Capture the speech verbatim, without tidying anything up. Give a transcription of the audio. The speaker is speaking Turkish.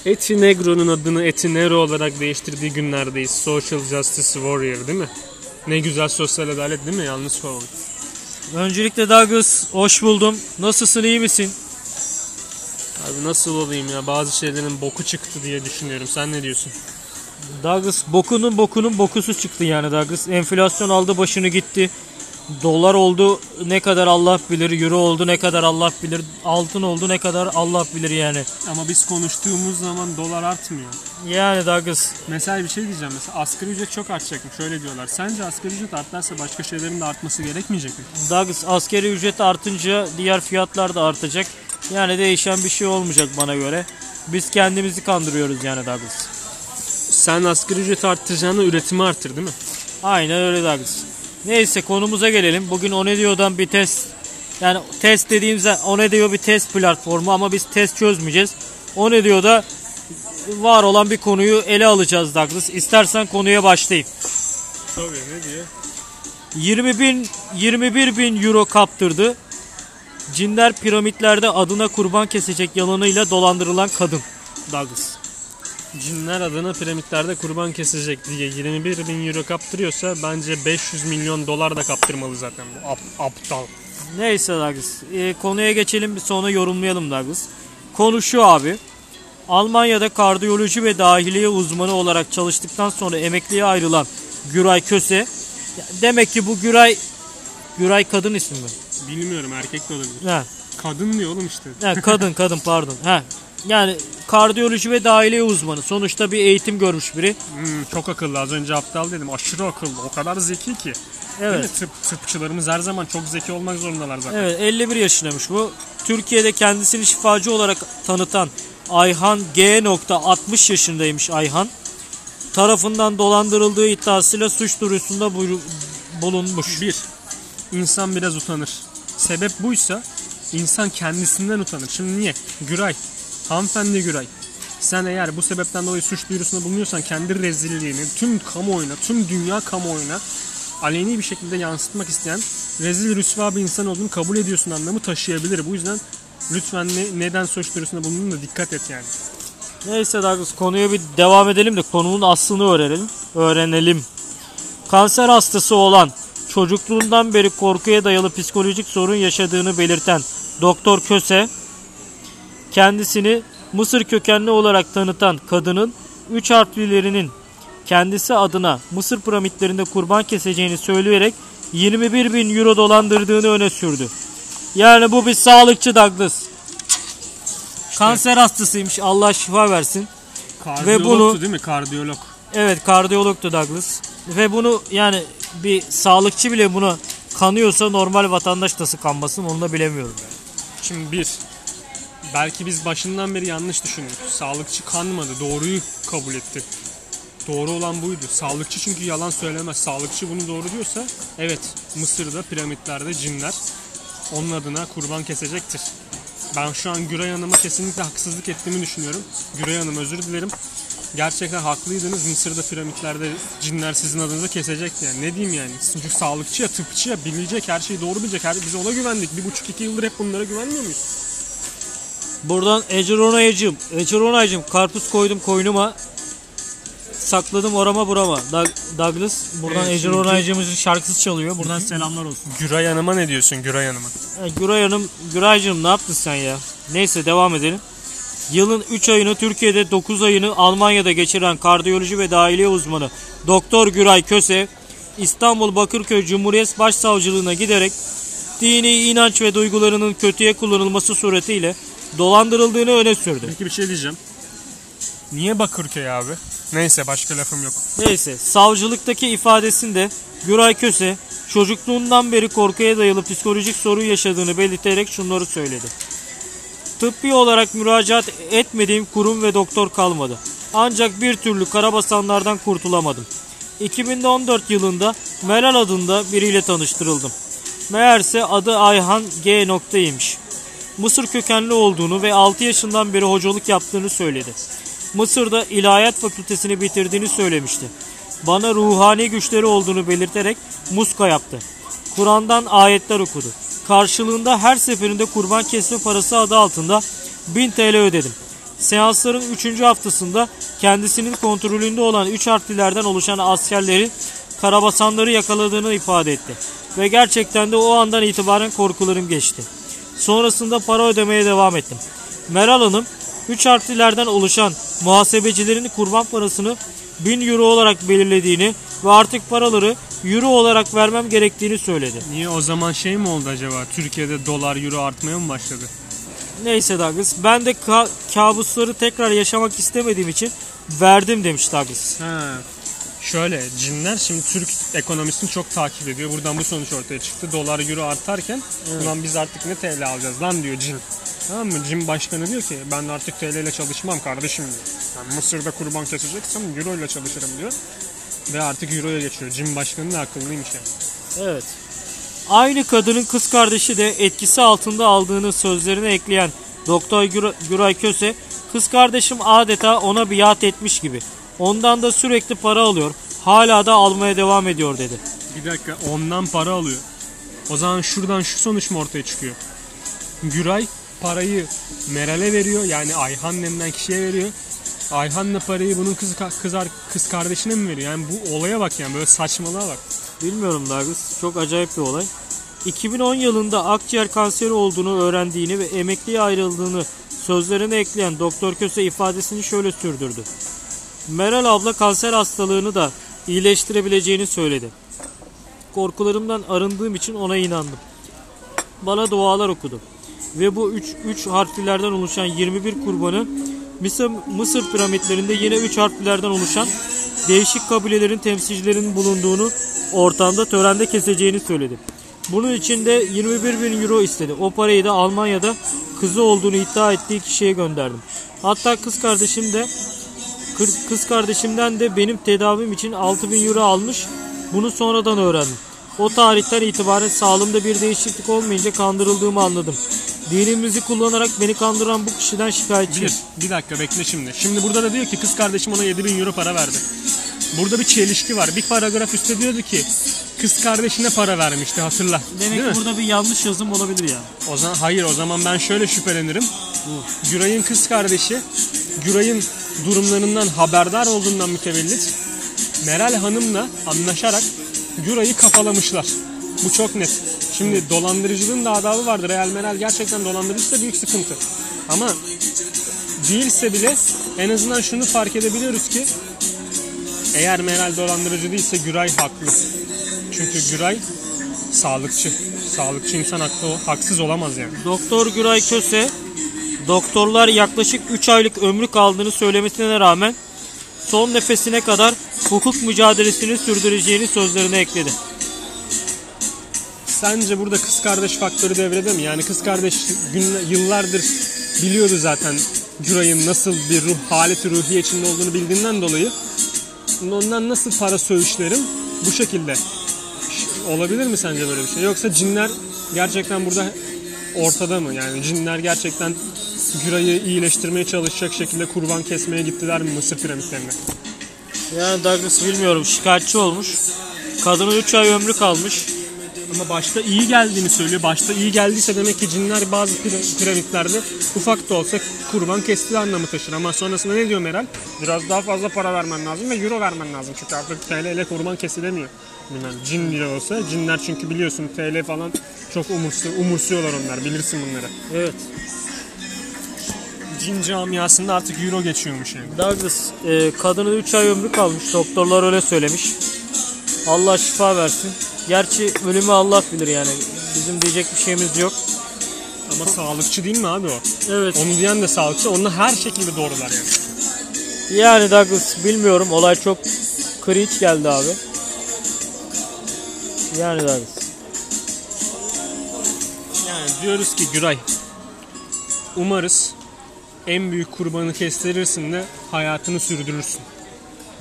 Etinegro'nun adını Etinero olarak değiştirdiği günlerdeyiz. Social Justice Warrior değil mi? Ne güzel sosyal adalet değil mi? Yanlış kovaladık. Öncelikle Douglas hoş buldum. Nasılsın, iyi misin? Abi nasıl olayım ya, bazı şeylerin boku çıktı diye düşünüyorum. Sen ne diyorsun? Douglas bokunun bokunun bokusu çıktı yani Douglas. Enflasyon aldı başını gitti. Dolar oldu ne kadar Allah bilir, euro oldu ne kadar Allah bilir, altın oldu ne kadar Allah bilir yani. Ama biz konuştuğumuz zaman dolar artmıyor. Yani Douglas. Mesela bir şey diyeceğim, mesela asgari ücret çok artacakmış şöyle diyorlar. Sence asgari ücret artarsa başka şeylerin de artması gerekmeyecek mi? Douglas, asgari ücret artınca diğer fiyatlar da artacak. Yani değişen bir şey olmayacak bana göre. Biz kendimizi kandırıyoruz yani Douglas. Sen asgari ücret arttıracağına üretimi artır değil mi? Aynen öyle Douglas. Neyse konumuza gelelim. Bugün Onedio'dan bir test, yani test dediğimizde Onedio bir test platformu ama biz test çözmeyeceğiz. Onedio'da var olan bir konuyu ele alacağız Douglas. İstersen konuya başlayayım. Tabii, ne diye? yirmi bin yirmi bir bin euro kaptırdı. Cinler piramitlerde adına kurban kesecek yalanıyla dolandırılan kadın Douglas. Cinler adına piramitlerde kurban kesecek diye yirmi bir bin euro kaptırıyorsa bence beş yüz milyon dolar da kaptırmalı zaten bu ap aptal. Neyse Douglas, e, konuya geçelim, sonra yorumlayalım Douglas. Konu şu abi. Almanya'da kardiyoloji ve dahiliye uzmanı olarak çalıştıktan sonra emekliye ayrılan Güray Köse. Demek ki bu Güray Güray kadın ismi mi? Bilmiyorum, erkek de olabilir. He. Kadın diyor oğlum işte. He, kadın kadın pardon. He. Yani kardiyoloji ve dahiliye uzmanı. Sonuçta bir eğitim görmüş biri. Hmm, çok akıllı. Az önce aptal dedim. Aşırı akıllı. O kadar zeki ki. Evet. Tıp, tıpçılarımız her zaman çok zeki olmak zorundalar zaten. Evet, elli bir yaşındaymış bu. Türkiye'de kendisini şifacı olarak tanıtan Ayhan G. altmış yaşındaymış Ayhan. Tarafından dolandırıldığı iddiasıyla suç duyurusunda bulunmuş. Bir, insan biraz utanır. Sebep buysa insan kendisinden utanır. Şimdi niye? Güray, hanımefendi Güray, sen eğer bu sebepten dolayı suç duyurusunda bulunuyorsan kendi rezilliğini tüm kamuoyuna, tüm dünya kamuoyuna aleni bir şekilde yansıtmak isteyen rezil rüsva bir insan olduğunu kabul ediyorsun anlamı taşıyabilir. Bu yüzden lütfen ne, neden suç duyurusunda bulunduğuna da dikkat et yani. Neyse Douglas, konuya bir devam edelim de konunun aslını öğrenelim. Öğrenelim. Kanser hastası olan, çocukluğundan beri korkuya dayalı psikolojik sorun yaşadığını belirten Doktor Köse, kendisini Mısır kökenli olarak tanıtan kadının üç harflilerinin kendisi adına Mısır piramitlerinde kurban keseceğini söyleyerek yirmi bir bin euro dolandırdığını öne sürdü. Yani bu bir sağlıkçı Douglas. İşte. Kanser hastasıymış, Allah şifa versin. Kardiyologtu Ve bunu, değil mi? Kardiyolog. Evet, kardiyologtu Douglas. Ve bunu yani bir sağlıkçı bile buna kanıyorsa normal vatandaş nasıl kanmasın onu da bilemiyorum yani. Şimdi bir, belki biz başından beri yanlış düşündük. Sağlıkçı kanmadı, doğruyu kabul etti. Doğru olan buydu. Sağlıkçı çünkü yalan söylemez. Sağlıkçı bunu doğru diyorsa evet, Mısır'da piramitlerde cinler onun adına kurban kesecektir. Ben şu an Güray Hanım'a kesinlikle haksızlık ettiğimi düşünüyorum. Güray Hanım, özür dilerim. Gerçekten haklıydınız. Mısır'da piramitlerde cinler sizin adınıza kesecekti yani. Ne diyeyim yani? Çünkü sağlıkçı ya, tıpçı ya, bilecek, her şeyi doğru bilecek. Her, biz ona güvendik. Bir buçuk iki yıldır hep bunlara güvenmiyor muyuz? Buradan Ece Ronay'cım, Ece Ronay'cım karpuz koydum koynuma, sakladım orama burama. Douglas, buradan evet, Ece Ronay'cımızın şarkısı çalıyor. Buradan selamlar olsun. Güray Hanım'a ne diyorsun, Güray Hanım'a? Yani Güray Hanım, Güray'cım ne yaptın sen ya? Neyse devam edelim. Yılın üç ayını Türkiye'de, dokuz ayını Almanya'da geçiren kardiyoloji ve dahiliye uzmanı Doktor Güray Köse, İstanbul Bakırköy Cumhuriyet Başsavcılığına giderek dini inanç ve duygularının kötüye kullanılması suretiyle dolandırıldığını öne sürdü. Peki bir şey diyeceğim. Niye Bakırköy abi? Neyse, başka lafım yok. Neyse, savcılıktaki ifadesinde Güray Köse çocukluğundan beri korkuya dayalı psikolojik sorun yaşadığını belirterek şunları söyledi. Tıbbi olarak müracaat etmediğim kurum ve doktor kalmadı. Ancak bir türlü karabasanlardan kurtulamadım. iki bin on dört yılında Meral adında biriyle tanıştırıldım. Meğerse adı Ayhan G. noktaymış. Mısır kökenli olduğunu ve altı yaşından beri hocalık yaptığını söyledi. Mısır'da İlahiyat Fakültesini bitirdiğini söylemişti. Bana ruhani güçleri olduğunu belirterek muska yaptı. Kur'an'dan ayetler okudu. Karşılığında her seferinde kurban kesme parası adı altında bin T L ödedim. Seansların üçüncü haftasında kendisinin kontrolünde olan üç harflilerden oluşan askerleri karabasanları yakaladığını ifade etti. Ve gerçekten de o andan itibaren korkularım geçti. Sonrasında para ödemeye devam ettim. Meral Hanım üç harflilerden oluşan muhasebecilerin kurban parasını bin euro olarak belirlediğini ve artık paraları euro olarak vermem gerektiğini söyledi. Niye, o zaman şey mi oldu acaba? Türkiye'de dolar euro artmaya mı başladı? Neyse Douglas, ben de ka- kabusları tekrar yaşamak istemediğim için verdim demiş Douglas. Ha. Şöyle, cinler şimdi Türk ekonomisini çok takip ediyor. Buradan bu sonuç ortaya çıktı. Dolar euro artarken Evet. ulan biz artık ne T L alacağız lan diyor cin. Tamam mı? Cin başkanı diyor ki ben artık T L ile çalışmam kardeşim diyor. Ben Mısır'da kurban keseceksem euro ile çalışırım diyor. Ve artık euroya geçiyor. Cin başkanı da akıllıymış yani. Evet. Aynı kadının kız kardeşi de etkisi altında aldığını sözlerine ekleyen Doktor Güra- Güray Köse, kız kardeşim adeta ona biat etmiş gibi. Ondan da sürekli para alıyor. Hala da almaya devam ediyor dedi. Bir dakika, ondan para alıyor. O zaman şuradan şu sonuç mu ortaya çıkıyor? Güray parayı Meral'e veriyor. Yani Ayhan denilen kişiye veriyor. Ayhan da parayı bunun kız, kız, kız kardeşine mi veriyor? Yani bu olaya bak yani, böyle saçmalığa bak. Bilmiyorum Douglas. Çok acayip bir olay. iki bin on yılında akciğer kanseri olduğunu öğrendiğini ve emekliye ayrıldığını sözlerine ekleyen Doktor Köse ifadesini şöyle sürdürdü. Meral abla kanser hastalığını da iyileştirebileceğini söyledi. Korkularımdan arındığım için ona inandım. Bana dualar okudu. Ve bu üç harflilerden oluşan yirmi bir kurbanı Mısır, Mısır piramitlerinde yine üç harflilerden oluşan değişik kabilelerin temsilcilerinin bulunduğunu ortamda törende keseceğini söyledi. Bunun için de yirmi bir bin euro istedi. O parayı da Almanya'da kızı olduğunu iddia ettiği kişiye gönderdim. Hatta kız kardeşim de kız kardeşimden de benim tedavim için altı bin euro almış. Bunu sonradan öğrendim. O tarihten itibaren sağlığımda bir değişiklik olmayınca kandırıldığımı anladım. Dinimizi kullanarak beni kandıran bu kişiden şikayetçiyim. Bir, bir dakika bekle şimdi. Şimdi burada da diyor ki kız kardeşim ona yedi bin euro para verdi. Burada bir çelişki var. Bir paragraf üstte diyordu ki kız kardeşine para vermişti, hatırla. Demek ki burada bir yanlış yazım olabilir ya. O zaman hayır, o zaman ben şöyle şüphelenirim. Güray'ın kız kardeşi Güray'ın durumlarından haberdar olduğundan mütevellit Meral Hanım'la anlaşarak Güray'ı kafalamışlar. Bu çok net. Şimdi dolandırıcılığın da adabı vardır. Eğer Meral gerçekten dolandırıcıysa büyük sıkıntı. Ama değilse bile en azından şunu fark edebiliyoruz ki eğer Meral dolandırıcı değilse Güray haklı. Çünkü Güray sağlıkçı. Sağlıkçı insan haklı, haksız olamaz yani. Doktor Güray Köse, doktorlar yaklaşık üç aylık ömrü kaldığını söylemesine rağmen son nefesine kadar hukuk mücadelesini sürdüreceğini sözlerine ekledi. Sence burada kız kardeş faktörü devrede mi? Yani kız kardeş gün, yıllardır biliyordu zaten Güray'ın nasıl bir ruh haleti ruhiye içinde olduğunu bildiğinden dolayı ondan nasıl para söğüşlerim bu şekilde. Olabilir mi sence böyle bir şey? Yoksa cinler gerçekten burada ortada mı? Yani cinler gerçekten Güray'ı iyileştirmeye çalışacak şekilde kurban kesmeye gittiler mi Mısır piramitlerine? Yani Douglas bilmiyorum, şikayetçi olmuş. Kadının üç ay ömrü kalmış. Ama başta iyi geldiğini söylüyor. Başta iyi geldiyse demek ki cinler bazı piramitlerde ufak da olsa kurban kestiği anlamı taşır. Ama sonrasında ne diyor Meral? Biraz daha fazla para vermen lazım ve euro vermen lazım. Çünkü artık T L ile kurban kesilemiyor. Bilmem, cin bile olsa. Cinler çünkü biliyorsun T L falan çok umursu, umursuyorlar onlar. Bilirsin bunları. Evet. Cin camiasında artık euro geçiyormuş yani. Douglas, e, kadının üç ay ömrü kalmış. Doktorlar öyle söylemiş. Allah şifa versin. Gerçi ölümü Allah bilir yani. Bizim diyecek bir şeyimiz yok. Ama sağlıkçı değil mi abi o? Evet. Onu diyen de sağlıkçı. Onu her şekilde doğrular yani. Yani Douglas bilmiyorum. Olay çok cringe geldi abi. Yani Douglas. Yani diyoruz ki Güray, umarız en büyük kurbanı kestirirsin de hayatını sürdürürsün.